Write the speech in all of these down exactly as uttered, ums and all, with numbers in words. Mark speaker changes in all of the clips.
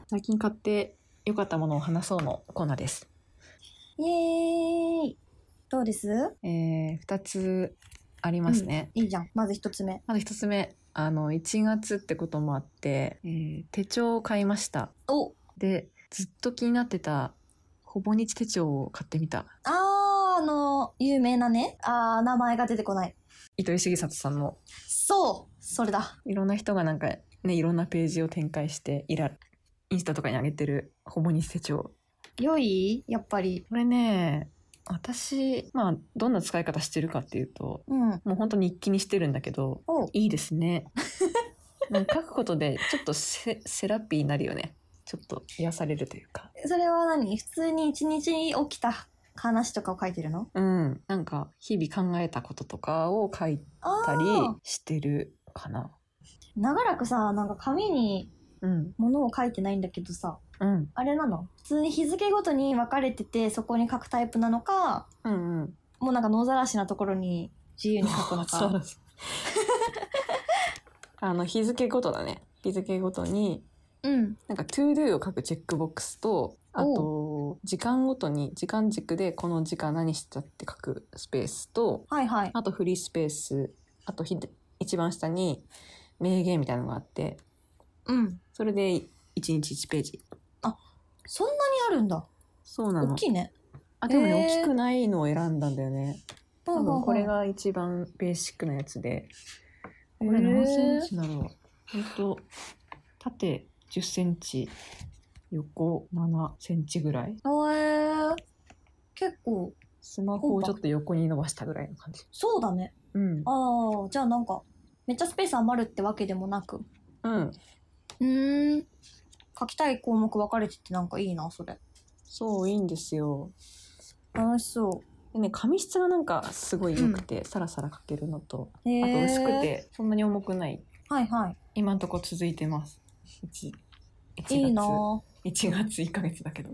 Speaker 1: 最近買って良かったものを話そうのコーナーです。
Speaker 2: イエーイ。どうです？
Speaker 1: えー、ふたつありますね、
Speaker 2: うん、いいじゃん。まずひとつめ。
Speaker 1: まずひとつめ、あのいちがつってこともあって、えー、手帳を買いました。
Speaker 2: お
Speaker 1: で、ずっと気になってたほぼ日手帳を買ってみた。
Speaker 2: あー、あの有名なね、あー名前が出てこない、
Speaker 1: 糸井重里さんの。
Speaker 2: そうそれだ。
Speaker 1: いろんな人がなんかね、いろんなページを展開してイラインスタとかに上げてるほぼ日手帳。
Speaker 2: 良い？やっぱり
Speaker 1: これね、私まあどんな使い方してるかっていうと、
Speaker 2: うん
Speaker 1: もう本当日記にしてるんだけど、いいですね。なんか書くことでちょっと セ, セラピーになるよね。ちょっと癒されるというか。
Speaker 2: それは何？普通に一日に起きた話とかを書いてるの？
Speaker 1: うん、なんか日々考えたこととかを書いたりしてるかな。
Speaker 2: 長らくさ、なんか紙に
Speaker 1: うん
Speaker 2: 物を書いてないんだけどさ、
Speaker 1: うん、
Speaker 2: あれなの？普通に日付ごとに分かれててそこに書くタイプなのか、
Speaker 1: うんうん、
Speaker 2: もうなんか野ざらしなところに自由に書くのか。
Speaker 1: そうですあの日付ごとだね。日付ごとに、
Speaker 2: うん、
Speaker 1: なんか to do を書くチェックボックスと、あと時間ごとに時間軸でこの時間何したって書くスペースと、
Speaker 2: はいはい、
Speaker 1: あとフリースペース、あとひ一番下に名言みたいなのがあって、
Speaker 2: うん、
Speaker 1: それでいちにちいちページ。
Speaker 2: あ、そんなにあるんだ。
Speaker 1: そうなの。
Speaker 2: 大きいね。
Speaker 1: あ、でもね、大きくないのを選んだんだよね。
Speaker 2: 多
Speaker 1: 多分これが一番ベーシックなやつで、これ何センチだろう。ほんと縦じゅっセンチ、横ななセンチぐらい。
Speaker 2: えー、結構
Speaker 1: スマホをちょっと横に伸ばしたぐらいの感じ。
Speaker 2: そうだね。
Speaker 1: うん。
Speaker 2: ああ、じゃあなんかめっちゃスペース余るってわけでもなく。
Speaker 1: うん。
Speaker 2: うーん。書きたい項目分かれててなんかいいなそれ。
Speaker 1: そう、いいんですよ。
Speaker 2: 楽しそう。
Speaker 1: でね、紙質がなんかすごい良くて、うん、サラサラ書けるのと、
Speaker 2: へー、
Speaker 1: あと薄くてそんなに重くない。
Speaker 2: はいはい。
Speaker 1: 今んとこ続いてます。いち、いちがつ。
Speaker 2: いいな。
Speaker 1: いちがついっかげつだけど。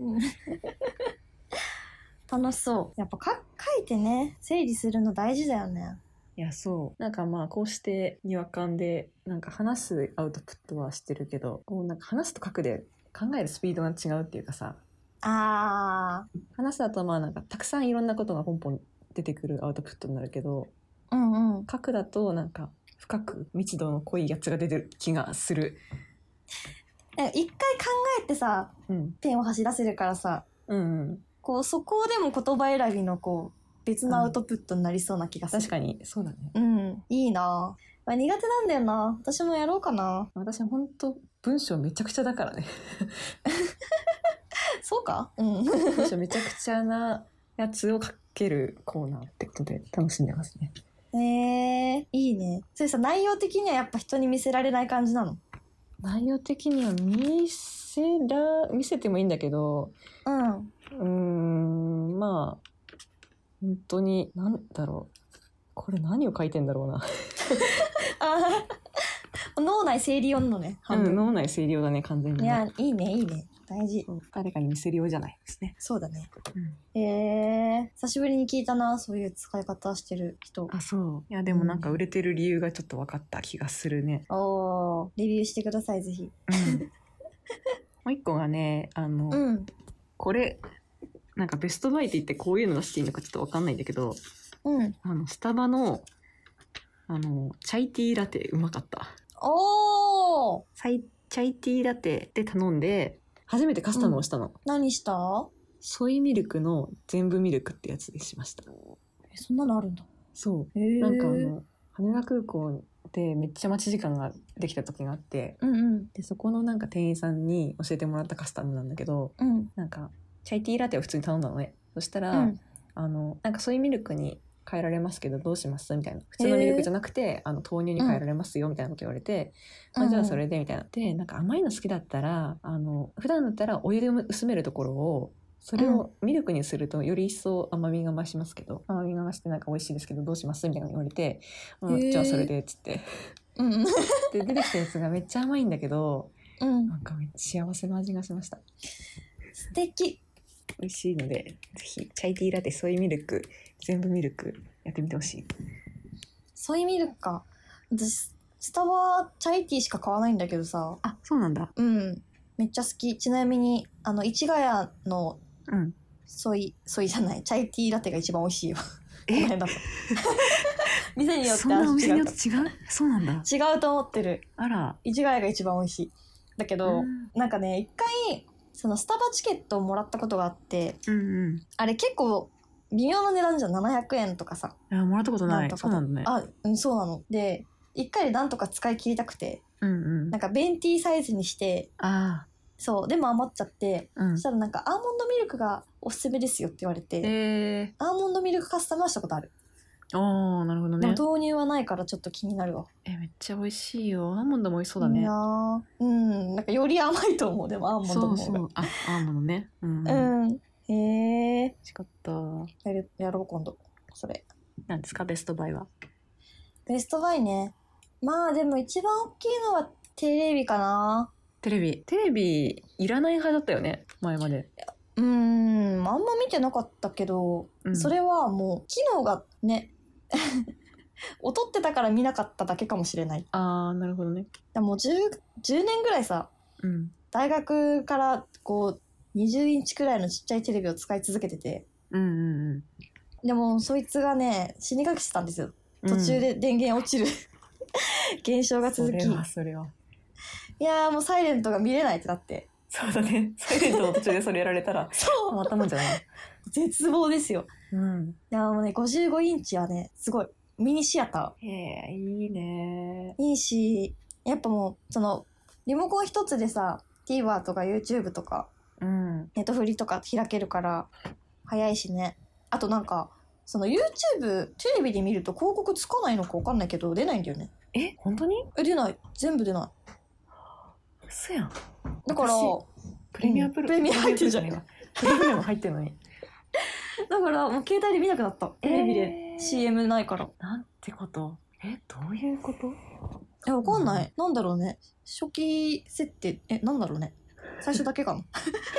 Speaker 2: 楽しそう。やっぱか書いてね、整理するの大事だよね。
Speaker 1: いや、そう。なんかまあこうしてにわかんでなんか話すアウトプットはしてるけど、こうなんか話すと書くで考えるスピードが違うっていうかさ。
Speaker 2: あー。
Speaker 1: 話すだとまあなんかたくさんいろんなことがポンポン出てくるアウトプットになるけど、
Speaker 2: うんうん。
Speaker 1: 書くだとなんか深く密度の濃いやつが出てる気がする。
Speaker 2: 一回考えてさ、うん、ペンを走らせるからさ、
Speaker 1: うんうん、
Speaker 2: こうそこでも言葉選びのこう別のアウトプットになりそうな気がする。
Speaker 1: 確かにそうだね。
Speaker 2: うん、いいな。まあ、苦手なんだよな。私もやろうかな。
Speaker 1: 私ほんと文章めちゃくちゃだからね。
Speaker 2: そうか？うん。
Speaker 1: 文章めちゃくちゃなやつを書けるコーナーってことで楽しんでますね。
Speaker 2: えー、いいね。それさ、内容的にはやっぱ人に見せられない感じなの？
Speaker 1: 内容的には見せら見せてもいいんだけど、うん、うーん、まあ本当になんだろう、これ何を書いてんだろうな。
Speaker 2: あ、脳内整理用のね。
Speaker 1: うん、脳内整理用だね、完全に、ね。
Speaker 2: いや、いいねいいね、大事。
Speaker 1: 誰かに見せるようじゃないですね。
Speaker 2: そうだね。うん、えー、久しぶりに聞いたな、そういう使い方してる人。
Speaker 1: あ、そう。いやでもなんか売れてる理由がちょっと分かった気がするね。
Speaker 2: うん、おー、レビューしてくださいぜひ。
Speaker 1: うん、もう一個がね、あの、うん、これなんかベストバイって言ってこういうの出していいのかちょっと分かんないんだけど、うん、あのスタバのあのチャイティーラテうまかった。おー、チャイティーラテで頼んで初めてカスタムをしたの。うん、
Speaker 2: 何した？
Speaker 1: ソイミルクの全部ミルクってやつでしました。
Speaker 2: え、そんなのあるんだ。
Speaker 1: そう。なんかあの羽田空港でめっちゃ待ち時間ができた時があって、うんうん、でそこのなんか店員さんに教えてもらったカスタムなんだけど、うん、なんかチャイティーラテを普通に頼んだのね。そしたら、うん、あのなんかソイミルクに変えられますけどどうしますみたいな、普通のミルクじゃなくてあの豆乳に変えられますよみたいなこと言われて、うん、あじゃあそれでみたいな。でなんか甘いの好きだったらあの普段だったらお湯で薄めるところをそれをミルクにするとより一層甘みが増しますけど、甘みが増してなんか美味しいですけどどうしますみたいなの言われて、うん、じゃあそれでっつって、うん、で出てきたやつがめっちゃ甘いんだけど、うん、なんかめっちゃ幸せな味がしました。
Speaker 2: 素敵。
Speaker 1: 美味しいのでぜひチャイティーラテソイミルク全部ミルクやってみてほしい。
Speaker 2: ソイミルクか。私スタバチャイティーしか買わないんだけどさ。
Speaker 1: あ、そうなんだ。
Speaker 2: うん。 めっちゃ好き。ちなみにあの市ヶ谷の
Speaker 1: うん
Speaker 2: ソイソイじゃないチャイティーラテが一番美味しいよ。この辺だと店によって
Speaker 1: そんなお店によっ
Speaker 2: 味
Speaker 1: て違うそうなんだ。
Speaker 2: 違うと思ってる。
Speaker 1: あら
Speaker 2: 市ヶ谷が一番美味しい。だけど、うん、なんかね一回そのスタバチケットをもらったことがあって、
Speaker 1: うんうん、
Speaker 2: あれ結構微妙な値段じゃん。ななひゃくえんとかさ。
Speaker 1: いやもらったことない。そうなんだね。
Speaker 2: あ、うん、そうなの。で一回でなんとか使い切りたくて、
Speaker 1: うんうん、
Speaker 2: なんかベンティーサイズにして、
Speaker 1: あ
Speaker 2: そうでも余っちゃって、
Speaker 1: うん、
Speaker 2: そしたらなんかアーモンドミルクがおすすめですよって言われて、
Speaker 1: えー、
Speaker 2: アーモンドミルクカスタムはしたことある。
Speaker 1: ああなるほどね。
Speaker 2: でも豆乳はないからちょっと気になるわ。
Speaker 1: えめっちゃ美味しいよ。アーモンドも美味しそうだね。
Speaker 2: いやうんなんかより甘いと思う。でもアーモンドの方が。
Speaker 1: そうそうあアーモンドね。うん、
Speaker 2: うん、へえ。
Speaker 1: 美味しかった。
Speaker 2: やるやろう今度それ。
Speaker 1: なんですかベストバイは。
Speaker 2: ベストバイね。まあでも一番大きいのはテレビかな。
Speaker 1: テレビテレビいらない派だったよね前まで。
Speaker 2: うーんあんま見てなかったけど、うん、それはもう機能がね劣ってたから見なかっただけかもしれない。
Speaker 1: あーなるほどね。
Speaker 2: でも 10, じゅうねんぐらいさ、
Speaker 1: うん、
Speaker 2: 大学からこうにじゅうインチくらいのちっちゃいテレビを使い続けてて、
Speaker 1: うんうんうん、
Speaker 2: でもそいつがね死にかけてたんですよ。途中で電源落ちる、うん、現象が続き、
Speaker 1: それはそれはい
Speaker 2: やーもうサイレントが見れないってなって。
Speaker 1: そうだねサイレントの途中でそれやられたらそうまたもんじゃない。
Speaker 2: 絶望ですよ、
Speaker 1: うん、
Speaker 2: いやもうねごじゅうごインチはねすごいミニシアタ
Speaker 1: ー。へえいいね。
Speaker 2: いいしやっぱもうそのリモコン一つでさ TVer とか YouTube とか、
Speaker 1: うん、
Speaker 2: ネットフリとか開けるから早いしね。あとなんかその YouTube テレビで見ると広告つかないのか分かんないけど出ないんだよね。
Speaker 1: え本当に？
Speaker 2: え出ない。全部出ない。
Speaker 1: 嘘やん。
Speaker 2: だから
Speaker 1: プレミアプロ、うん、
Speaker 2: プレミア入ってるじゃん。
Speaker 1: プレミアも入ってるのに
Speaker 2: だからもう携帯で見なくなった。テレビで シーエム ないから。
Speaker 1: なんてこと。えどういうこと？
Speaker 2: えわかんない、うん、なんだろうね。初期設定えなんだろうね。最初だけかな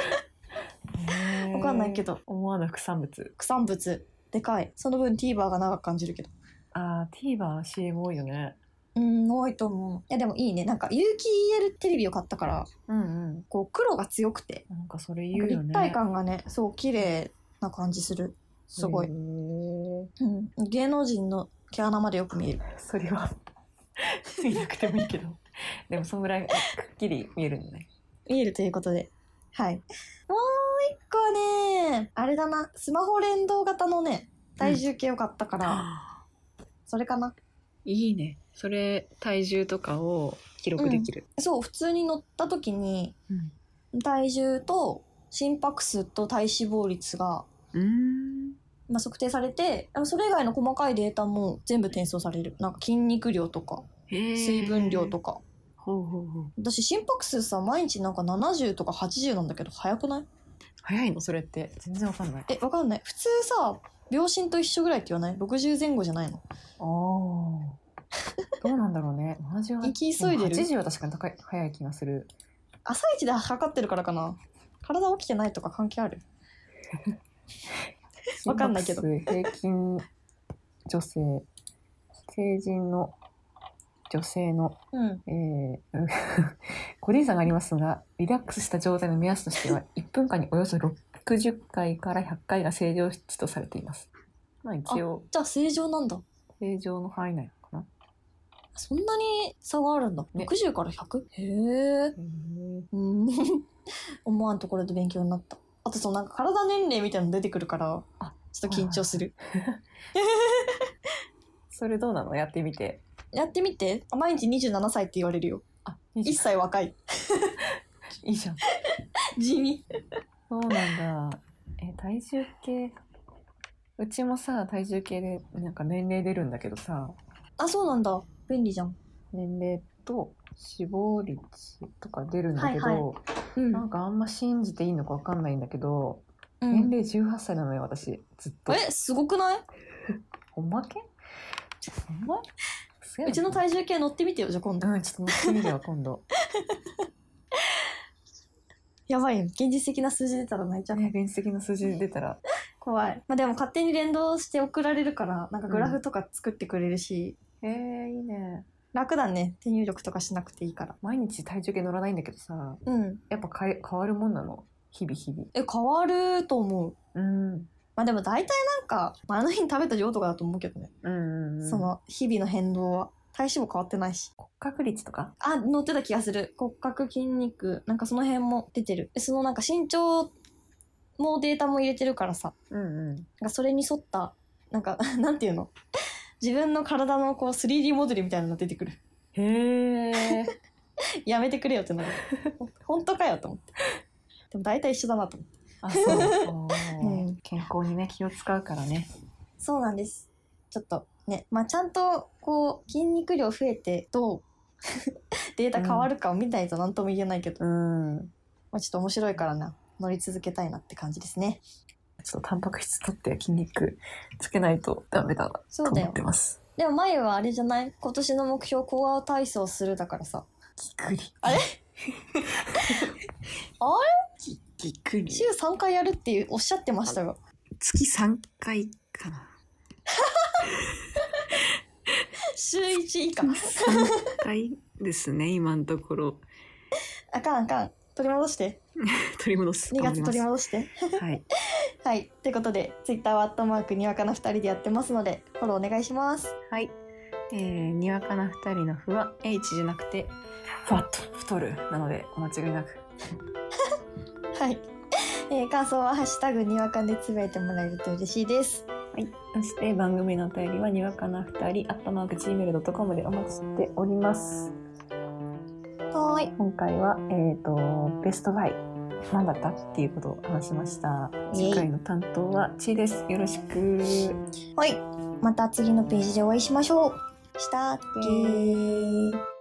Speaker 2: わかんないけど。
Speaker 1: 思わぬ副産物。
Speaker 2: 副産物でかい。その分 TVer が長く感じるけど。
Speaker 1: あー TVer シーエム 多いよね。
Speaker 2: うん多いと思う。いやでもいいね。なんか有機 イーエル テレビを買ったから、うんうん、こう黒が強くて
Speaker 1: なんかそれ言うよね。
Speaker 2: 立体感がねそう綺麗な感じする。すごい、うん、芸能人の毛穴までよく見える。それは
Speaker 1: 見なくてもいいけどでもそのぐらいくっきり見えるんだね。
Speaker 2: 見えるということで、はい。もう一個はねあれだな、スマホ連動型のね体重計を買ったから、うん、それかな。
Speaker 1: いいね。それ体重とかを記録できる、
Speaker 2: うん、そう普通に乗った時に、うん、体重と心拍数と体脂肪率がうーん、まあ、測定されて、それ以外の細かいデータも全部転送される。なんか筋肉量とか水分量とか。ほうほうほう。私心拍数さ毎日なんかななじゅうとかはちじゅうなんだけど早くない？
Speaker 1: 早いのそれって全然わかんない。
Speaker 2: えわかんない。普通さ秒針と一緒ぐらいって言わない？ろくじゅうぜん後じゃないの？あ
Speaker 1: あどうなんだろうね。ななじゅうはち
Speaker 2: 行き急いでる。
Speaker 1: はちじゅうは確かに高い早い気がする。
Speaker 2: 朝一で測ってるからかな。体起きてないとか関係ある？わかんないけど。
Speaker 1: 平均女性成人の女性の、うんえー、個人差がありますがリラックスした状態の目安としてはいっぷんかんにおよそろくじゅっかいからひゃっかいが正常値とされています。まあ一応
Speaker 2: あじゃあ正常なんだ。
Speaker 1: 正常の範囲内かな。
Speaker 2: そんなに差があるんだ、ね、ろくじゅうからひゃく？へえ思わんところで勉強になった。あとそうなんか体年齢みたいなの出てくるからあちょっと緊張する
Speaker 1: それどうなの？やってみて
Speaker 2: やってみて。毎日にじゅうななさいって言われるよ。あいっさい若い
Speaker 1: いいじゃん
Speaker 2: 地味
Speaker 1: そうなんだ。え体重計うちもさ体重計でなんか年齢出るんだけどさ。
Speaker 2: あそうなんだ便利じゃん。
Speaker 1: 年齢と死亡率とか出るんだけど、はいはいうん、なんかあんま信じていいのか分かんないんだけど、うん、年齢じゅうはっさいなのよ私ずっと。
Speaker 2: えすごくない
Speaker 1: ほんまけほんま
Speaker 2: うちの体重計乗ってみてよじゃあ今度。
Speaker 1: うんちょっと乗ってみるわ今度
Speaker 2: やばいよ現実的な数字出たら泣いちゃう、
Speaker 1: ね、現実的な数字出たら
Speaker 2: 怖い。まあでも勝手に連動して送られるからなんかグラフとか作ってくれるし、
Speaker 1: うん、えーいいね。
Speaker 2: 楽だね。手入力とかしなくていいから。
Speaker 1: 毎日体重計乗らないんだけどさ、うん、やっぱかえ変わるもんなの？日々日々。
Speaker 2: え、変わると思う。うん。まあでも大体なんか前の日に食べた量とかだと思うけどね。うんうんうん、その日々の変動は体脂肪変わってないし。
Speaker 1: 骨格率とか？
Speaker 2: あ、載ってた気がする。骨格、筋肉、なんかその辺も出てる。そのなんか身長もデータも入れてるからさ。うんうん。なんかそれに沿ったなんかなんていうの？自分の体のこう スリーディー モデルみたいなのが出てくる。へえ。やめてくれよってなる。本当かよと思って。でも大体一緒だなと思って。あ、そう。
Speaker 1: うん、健康にね気を使うからね。
Speaker 2: そうなんです。ちょっとね、まあちゃんとこう筋肉量増えてどうデータ変わるかを見ないと何とも言えないけど、うん、まあちょっと面白いからな、乗り続けたいなって感じですね。
Speaker 1: ちょっとタンパク質取って筋肉つけないとダメだなと思ってます。
Speaker 2: でも前はあれじゃない？今年の目標コア体操するだからさ。
Speaker 1: ぎっくり。
Speaker 2: あれあれ
Speaker 1: ぎ, ぎっくり。
Speaker 2: 週さんかいやるっていうおっしゃってましたが。
Speaker 1: 月さんかいかな。
Speaker 2: 週いち以下。
Speaker 1: さんかいですね今のところ。
Speaker 2: あかんあかん。取り戻して。
Speaker 1: 取り戻す。
Speaker 2: にがつ取り戻して。はい。はい。ということで、ツイッターはアットマークにわかなふたりでやってますので、フォローお願いします。
Speaker 1: はい。えー、にわかなふたりのふは H じゃなくて、ふわっと太るなので、お間違いなく。
Speaker 2: はい。えー、感想はハッシュタグにわかでつぶやいてもらえると嬉しいです。
Speaker 1: はい。そして番組のお便りはにわかなふたり、アットマーク ジーメールドットコム でお待ちしております。
Speaker 2: はい。
Speaker 1: 今回は、えっと、ベストバイ。何だったっていうことを話しました。次回の担当はちいです。よろしく。
Speaker 2: はい。また次のページでお会いしましょう。したっけー。